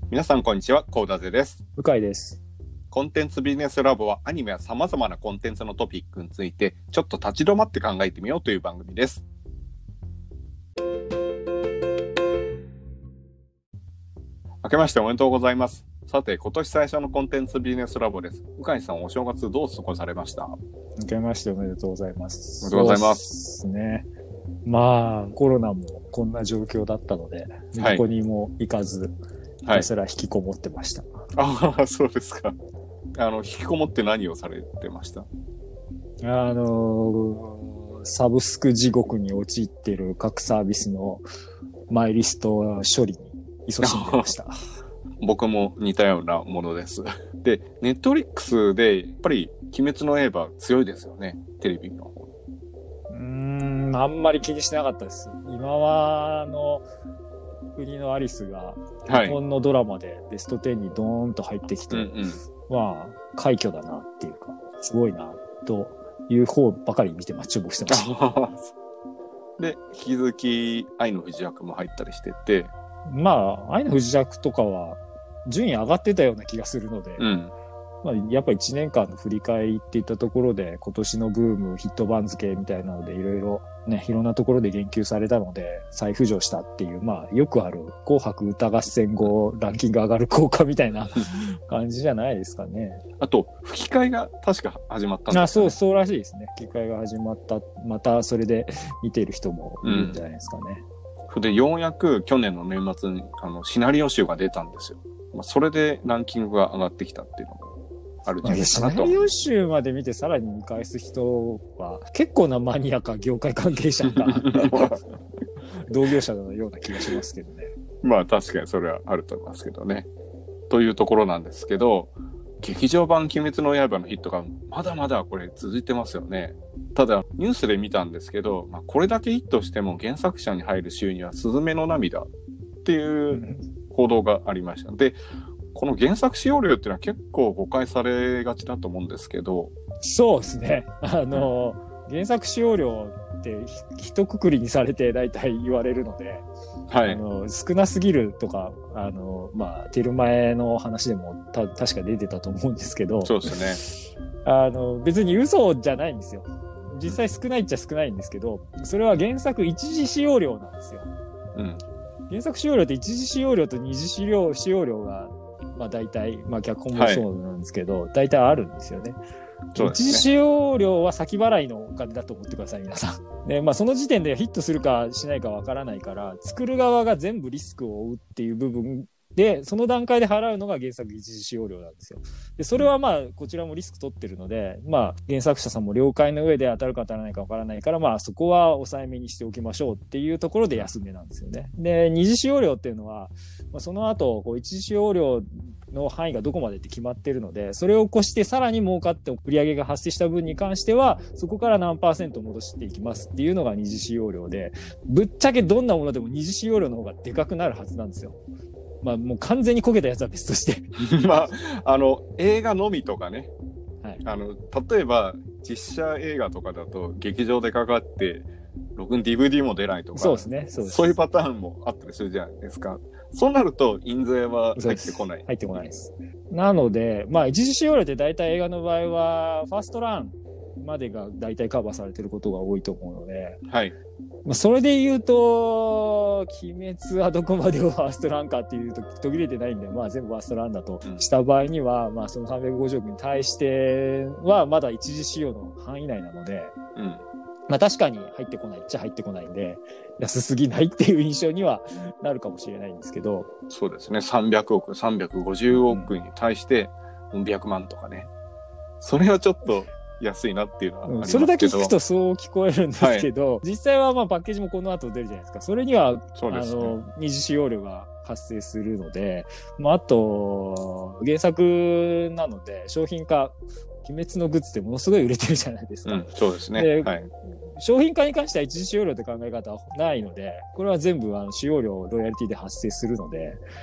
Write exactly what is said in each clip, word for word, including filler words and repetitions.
皆さんこんにちは、コウダゼです。 向井です。 コンテンツビジネスラボはアニメや様々なコンテンツのトピックについてちょっと立ち止まって考えてみようという番組です。明けましておめでとうございます。さて、今年最初のコンテンツビジネスラボです。向井さん、お正月どう過ごされました？ 明けましておめでとうございます。 おめでとうございます。 そうですね。まあ、コロナもこんな状況だったので、 はい、 どこにも行かず、ひたすら引きこもってました。 はい、ああ、そうですか。あの、引きこもって何をされてました？ あのー、サブスク地獄に陥っている各サービスのマイリスト処理に勤しんでました。 僕も似たようなものです。で、ネットフリックスでやっぱり鬼滅の刃強いですよね、テレビの方。 うーん、あんまり気にしなかったです。今は、あの、国のアリスが日本のドラマでベストじゅうにドーンと入ってきて、はい、うんうん、まあ、快挙だなっていうか、すごいな、という方ばかり見てま、注目してました。 で、引き続き、愛の不時着も入ったりしてて、 まあ、愛の不時着とかは、順位上がってたような気がするので、うん、まあ、やっぱいちねんかんの振り返りっていったところで、今年のブーム、ヒット番付みたいなので、いろいろね、いろんなところで言及されたので、再浮上したっていう、まあ、よくある紅白歌合戦後、ランキング上がる効果みたいな感じじゃないですかね。 あと、吹き替えが確か始まったんですかね。 あ、そう、そうらしいですね。吹き替えが始まった。また、それで見ている人もいるんじゃないですかね。 うん、で、ようやく去年の年末に、あの、シナリオ集が出たんですよ。まあ、それでランキングが上がってきたっていうのもあるんじゃないかなと。 シナリオ集まで見てさらに見返す人は結構なマニアか業界関係者か同業者のような気がしますけどね。 まあ確かにそれはあると思いますけどね。というところなんですけど、劇場版鬼滅の刃のヒットがまだまだこれ続いてますよね。ただニュースで見たんですけど、まあ、これだけヒットしても原作者に入る収入はスズメの涙っていう報道がありました。で、この原作使用料っていうのは結構誤解されがちだと思うんですけど。 そうですね。あの、原作使用料って一括りにされて大体言われるので、はい、あの少なすぎるとか、あの、まあ、テルマエの話でもた確か出てたと思うんですけど、 そうですね。 あの、別に嘘じゃないんですよ。実際少ないっちゃ少ないんですけど、それは原作一次使用料なんですよ。うん。原作使用料って一次使用料と二次使用使用料が、まあ大体、まあ脚本もそうなんですけど、はい、大体あるんですよね。そうですね。一次使用料は先払いのお金だと思ってください、皆さん。で、まあその時点でヒットするかしないかわからないから、作る側が全部リスクを負うっていう部分で、その段階で払うのが原作一次使用料なんですよ。で、それはまあ、こちらもリスク取ってるので、まあ、原作者さんも了解の上で当たるか当たらないかわからないから、まあ、そこは抑えめにしておきましょうっていうところで安めなんですよね。で、二次使用料っていうのは、まあ、その後、こう、一次使用料の範囲がどこまでって決まってるので、それを越してさらに儲かって売り上げが発生した分に関しては、そこから何パーセント戻していきますっていうのが二次使用料で、ぶっちゃけどんなものでも二次使用料の方がでかくなるはずなんですよ。まあもう完全にこけたやつは別としてまあ、あの、映画のみとかね。はい。あの、例えば、実写映画とかだと劇場でかかって、ろくに ディーブイディー も出ないとか。 そうですね。そうです。 そういうパターンもあったりするじゃないですか。そうなると、印税は入ってこない。 入ってこないです。なので、まあ一次使用料って大体映画の場合は、ファーストランまでが大体カバーされてることが多いと思うので。はい。まあ、それで言うと、鬼滅はどこまでをファーストランかっていうと途切れてないんで、まあ全部ファーストランだとした場合には、うん、まあそのさんびゃくごじゅうおくに対してはまだ一次使用の範囲内なので、うん、まあ確かに入ってこないっちゃ入ってこないんで、安すぎないっていう印象にはなるかもしれないんですけど。 そうですね。さんびゃくおく、さんびゃくごじゅうおくに対してよんびゃくまんとかね。それはちょっと、安いなっていうのはありますけど、うん、それだけ聞くとそう聞こえるんですけど、はい、実際はまあパッケージもこの後出るじゃないですか。それには、そうですね、あの、二次使用料が発生するので、まああと、原作なので商品化、鬼滅のグッズってものすごい売れてるじゃないですか。うん、 そうですね。で、はい。 商品化に関しては一次使用料って考え方はないので、これは全部あの使用料、ロイヤリティで発生するので、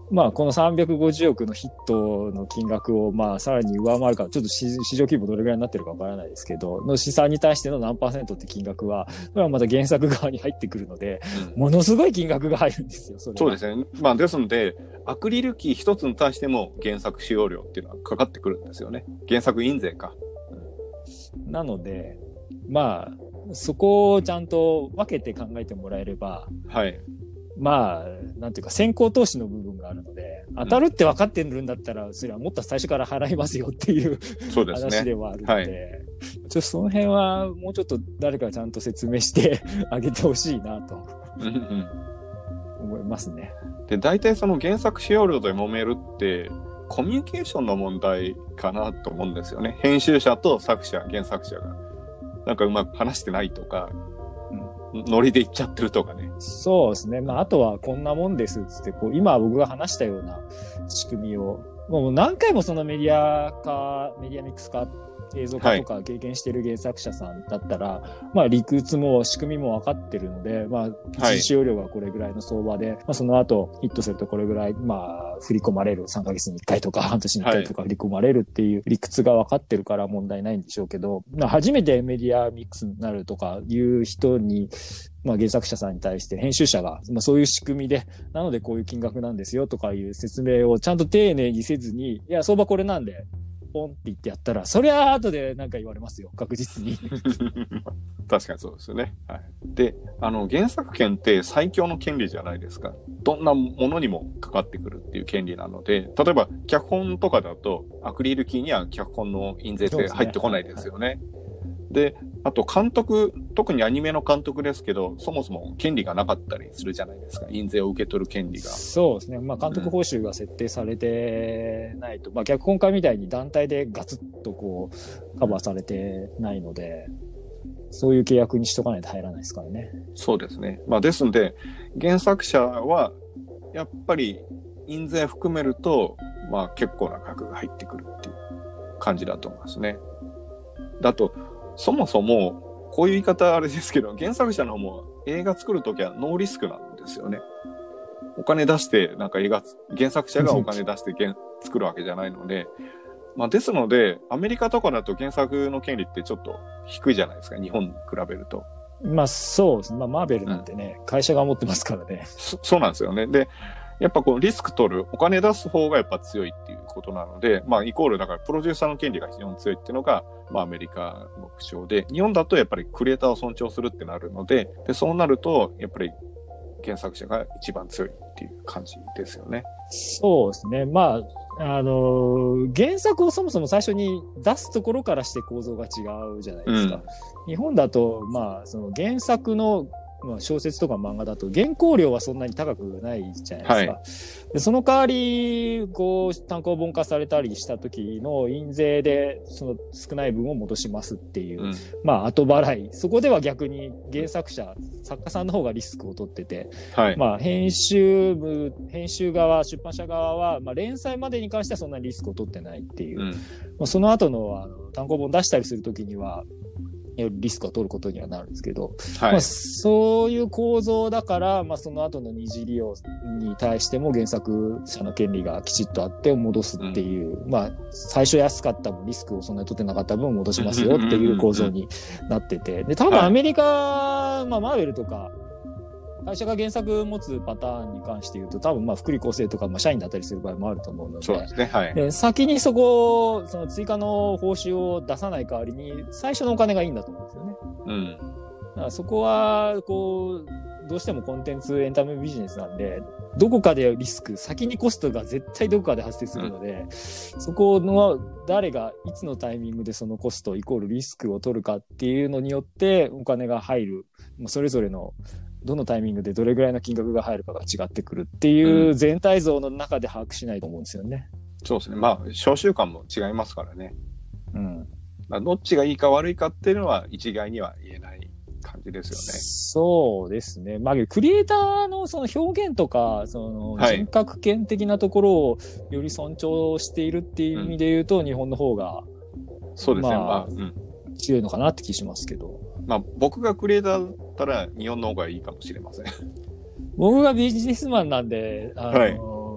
まあ、このさんびゃくごじゅうおくのヒットの金額を、まあ、さらに上回るか、ちょっと市場規模どれぐらいになってるかわからないですけど、の資産に対しての何パーセントって金額は、これはまた原作側に入ってくるので、うん、ものすごい金額が入るんですよ、それは。 そうですね。まあ、ですので、アクリルキー一つに対しても原作使用料っていうのはかかってくるんですよね。原作印税か。 うん、なので、まあ、そこをちゃんと分けて考えてもらえれば、 はい。 まあ、なんていうか先行投資の部分があるので、当たるって分かってるんだったら、それはもっと最初から払いますよっていうそうですね、 話ではあるので、はい、ちょっとその辺はもうちょっと誰かちゃんと説明してあげてほしいなと思いますね。 で、大体その原作使用料で揉めるって、コミュニケーションの問題かなと思うんですよね。編集者と作者、原作者が。なんかうまく話してないとか、ノリで言っちゃってるとかね。 そうですね。まあ、あとはこんなもんですっつって、こう、今僕が話したような仕組みを、もう何回もそのメディア化、メディアミックス化、映像化とか経験している原作者さんだったら、はい、まあ理屈も仕組みも分かってるので、まあ、一時使用料がこれぐらいの相場で、はい、まあその後ヒットするとこれぐらい、まあ振り込まれる、さんかげつにいっかいとか半年にいっかいとか振り込まれるっていう理屈が分かってるから問題ないんでしょうけど、まあ初めてメディアミックスになるとかいう人に、まあ原作者さんに対して編集者が、まあそういう仕組みで、なのでこういう金額なんですよとかいう説明をちゃんと丁寧にせずに、いや、相場これなんで、ポンって言ってやったら、そりゃ後でなんか言われますよ、確実に。 確かにそうですよね。はい。で、あの、原作権って最強の権利じゃないですか。どんなものにもかかってくるっていう権利なので、例えば脚本とかだと、アクリルキーには脚本の印税って入ってこないですよね。で、あと監督、特にアニメの監督ですけど、そもそも権利がなかったりするじゃないですか。印税を受け取る権利が。 そうですね。まあ監督報酬が設定されてないと、うん、まあ脚本家みたいに団体でガツッとこうカバーされてないので、そういう契約にしとかないと入らないですからね。 そうですね。まあですので、原作者はやっぱり印税含めると、まあ結構な額が入ってくるっていう感じだと思いますね。だと、そもそも、こういう言い方あれですけど、原作者の方も映画作るときはノーリスクなんですよね。お金出して、なんか映画、原作者がお金出して原作るわけじゃないので、まあですので、アメリカとかだと原作の権利ってちょっと低いじゃないですか、日本に比べると。 まあそうですね。まあマーベルなんてね、うん、会社が持ってますからね。 そ、そうなんですよね。で、やっぱこうリスク取る、お金出す方がやっぱ強いっていうことなので、まあイコールだからプロデューサーの権利が非常に強いっていうのが、まあアメリカの主張で、日本だとやっぱりクリエイターを尊重するってなるので、で、そうなると、やっぱり原作者が一番強いっていう感じですよね。 そうですね。まあ、あのー、原作をそもそも最初に出すところからして構造が違うじゃないですか。うん、日本だと、まあ、その原作のまあ、小説とか漫画だと原稿料はそんなに高くないじゃないですか。はい、でその代わり、こう、単行本化されたりした時の印税で、その少ない分を戻しますっていう、うん、まあ、後払い。そこでは逆に原作者、作家さんの方がリスクを取ってて、はい、まあ、編集部、編集側、出版社側は、まあ、連載までに関してはそんなにリスクを取ってないっていう。うん、まあ、その後の、あの、単行本出したりするときには、リスクを取ることにはなるんですけど、はい、まあ、そういう構造だから、まあ、その後の二次利用に対しても原作者の権利がきちっとあって戻すっていう、うん、まあ、最初安かった分リスクをそんなに取ってなかった分戻しますよっていう構造になってて、で、多分アメリカ、はい、まあ、マーベルとか、会社が原作持つパターンに関して言うと、多分まあ福利厚生とか、まあ社員だったりする場合もあると思うので、 そうですね、はい。 で先にそこを、その追加の報酬を出さない代わりに、最初のお金がいいんだと思うんですよね。うん。だからそこは、こう、どうしてもコンテンツエンタメビジネスなんで、どこかでリスク、先にコストが絶対どこかで発生するので、うん、そこの誰がいつのタイミングでそのコストイコールリスクを取るかっていうのによってお金が入る、それぞれのどのタイミングでどれぐらいの金額が入るかが違ってくるっていう全体像の中で把握しないと思うんですよね。 うん、そうですね。まあ、召集感も違いますからね。うん。どっちがいいか悪いかっていうのは一概には言えない感じですよね。 そうですね。まあ、クリエイターのその表現とか、その人格権的なところをより尊重しているっていう意味で言うと、うん、日本の方が、 そうですね。まあ、まあ、 うん。強いのかなって気しますけど。 まあ、僕がクリエイターだったら日本の方がいいかもしれません。 僕がビジネスマンなんで、あの、はい、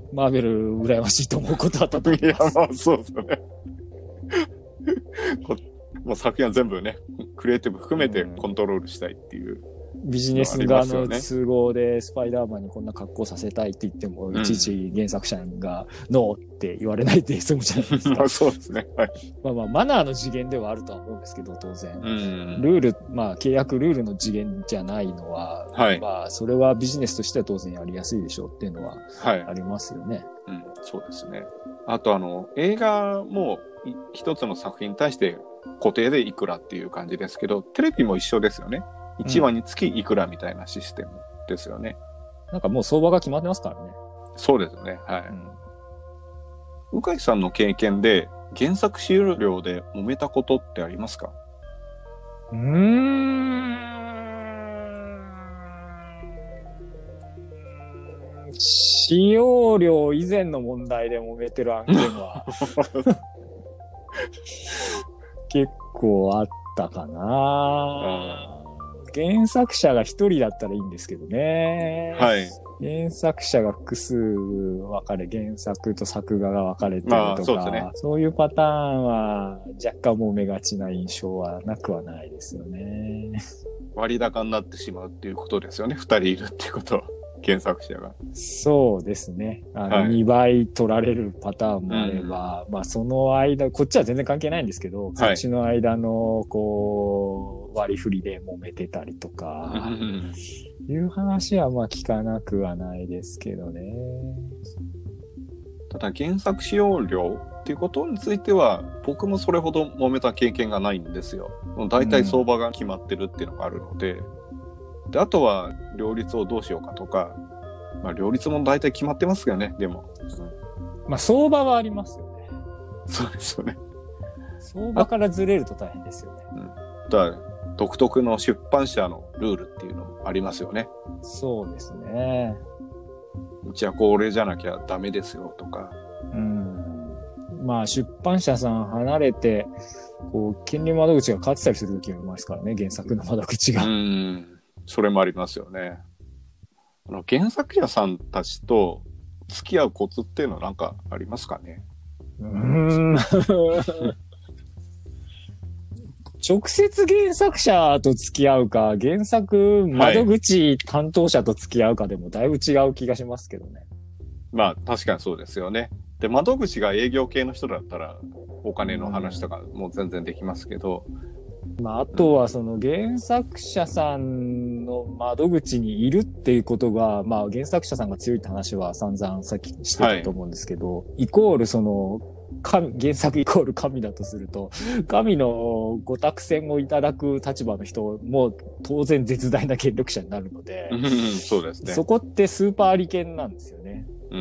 マーベル羨ましいと思うことあったと思いいや、 ます。 まあそうですよね。こもう作品は全部ね、クリエイティブ含めてコントロールしたいっていう。 ビジネス側の都合でスパイダーマンにこんな格好させたいって言っても、うん、いちいち原作者がノーって言われないで済むじゃないですか。 まあそうですね。はい。 まあまあマナーの次元ではあるとは思うんですけど、当然。 うん、 ルール、まあ契約ルールの次元じゃないのは、はい、まあそれはビジネスとしては当然やりやすいでしょうっていうのはありますよね。 はい、うん、そうですね。あとあの、映画も一つの作品に対して固定でいくらっていう感じですけど、テレビも一緒ですよね。いちわにつきいくらみたいなシステムですよね。 うん、なんかもう相場が決まってますからね。 そうですね。はい。うん、向井さんの経験で原作使用料で揉めたことってありますか？ うーん。使用料以前の問題で揉めてる案件は結構あったかな。原作者が一人だったらいいんですけどね。 はい。 原作者が複数分かれ、原作と作画が分かれてるとか、まあ そうですね、そういうパターンは若干揉めがちな印象はなくはないですよね。 割高になってしまうっていうことですよね。二人いるっていうことは。原作者が。 そうですね。あの、はい、にばい取られるパターンもあれば、うん、まあその間、こっちは全然関係ないんですけど、はい、そっちの間の、こう、割り振りで揉めてたりとか、うん、いう話はまあ聞かなくはないですけどね。 ただ原作使用料っていうことについては、僕もそれほど揉めた経験がないんですよ。大体相場が決まってるっていうのがあるので、うんで、あとは、両立をどうしようかとか、まあ、両立も大体決まってますよね、でも。 うん、まあ、相場はありますよね。 そうですよね。 相場からずれると大変ですよね。 うん。だから、独特の出版社のルールっていうのもありますよね。 そうですね。 うちはこれじゃなきゃダメですよとか。 うん。まあ、出版社さん離れて、こう、権利窓口が変わってたりするときもありますからね、原作の窓口が。 うん。それもありますよね。あの原作者さんたちと付き合うコツっていうのは何かありますかね？ うーん直接原作者と付き合うか、原作窓口担当者と付き合うかでもだいぶ違う気がしますけどね。 まあ確かにそうですよね。で、窓口が営業系の人だったらお金の話とかも全然できますけど、 まあ、あとはその原作者さんの窓口にいるっていうことが、まあ原作者さんが強いって話は散々さっきしてたと思うんですけど、はい、イコールその神、原作イコール神だとすると、神のご託戦をいただく立場の人も当然絶大な権力者になるので、 うん、そうですね。 そこってスーパー利権なんですよね。 うん、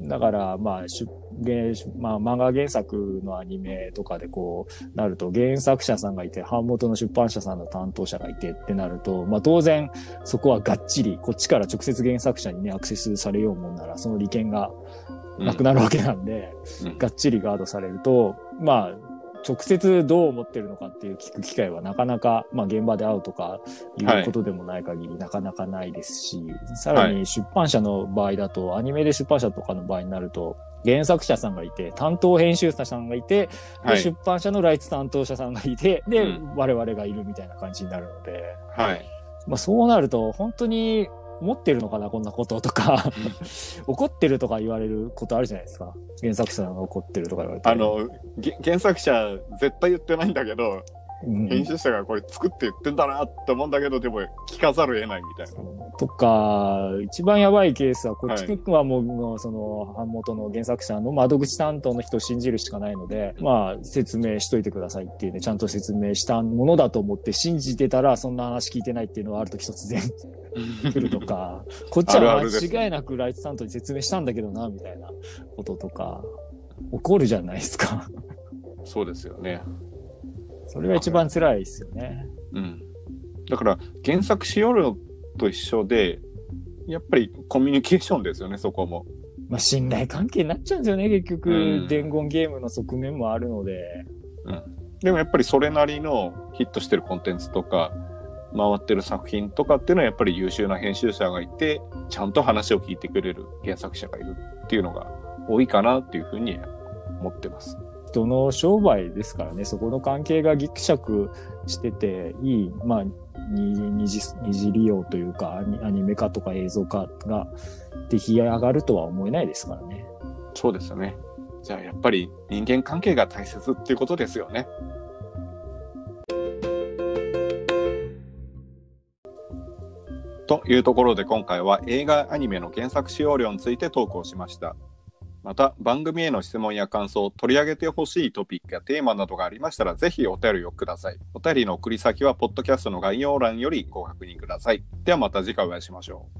だから、まあ、出まあ、漫画原作のアニメとかでこうなると原作者さんがいて版元の出版社さんの担当者がいてってなると、まあ当然そこはがっちりこっちから直接原作者にねアクセスされようもんならその利権がなくなるわけなんで、うん、がっちりガードされると、まあ直接どう思ってるのかっていう聞く機会はなかなか、まあ現場で会うとかいうことでもない限りなかなかないですし、はい、さらに出版社の場合だと、アニメで出版社とかの場合になると、原作者さんがいて、担当編集者さんがいて、はい、で出版社のライツ担当者さんがいて、で、うん、我々がいるみたいな感じになるので、 はい。 まあそうなると、本当に思ってるのかな、こんなこととか、怒ってるとか言われることあるじゃないですか。原作者が怒ってるとか言われて。 あの、原作者絶対言ってないんだけど、うん、編集者がこれ作って言ってんだなって思うんだけど、でも聞かざるを得ないみたいな。 とか、一番やばいケースは、こっちはもう、はい、その、版元の原作者の窓口担当の人を信じるしかないので、まあ、説明しといてくださいっていうね、ちゃんと説明したものだと思って信じてたら、そんな話聞いてないっていうのはあるとき突然来るとか、こっちは間違いなくライツ担当に説明したんだけどな、みたいなこととか、起こるじゃないですか。 そうですよね。 それが一番辛いですよね。 うん。だから原作使用料と一緒で、やっぱりコミュニケーションですよね、そこも。 まあ信頼関係になっちゃうんですよね、結局、うん、伝言ゲームの側面もあるので。 うん。でもやっぱりそれなりのヒットしてるコンテンツとか、回ってる作品とかっていうのはやっぱり優秀な編集者がいて、ちゃんと話を聞いてくれる原作者がいるっっていうのが多いかなっていうふうに思ってます。 人の商売ですからね、そこの関係がギクシャクしてていい、まあ、二次、二次、二次利用というか、アニ、アニメ化とか映像化が出来上がるとは思えないですからね。 そうですよね。じゃあやっぱり人間関係が大切っていうことですよね。というところで今回は映画アニメの原作使用料についてトークをしました。また番組への質問や感想、取り上げてほしいトピックやテーマなどがありましたらぜひお便りをください。お便りの送り先はポッドキャストの概要欄よりご確認ください。ではまた次回お会いしましょう。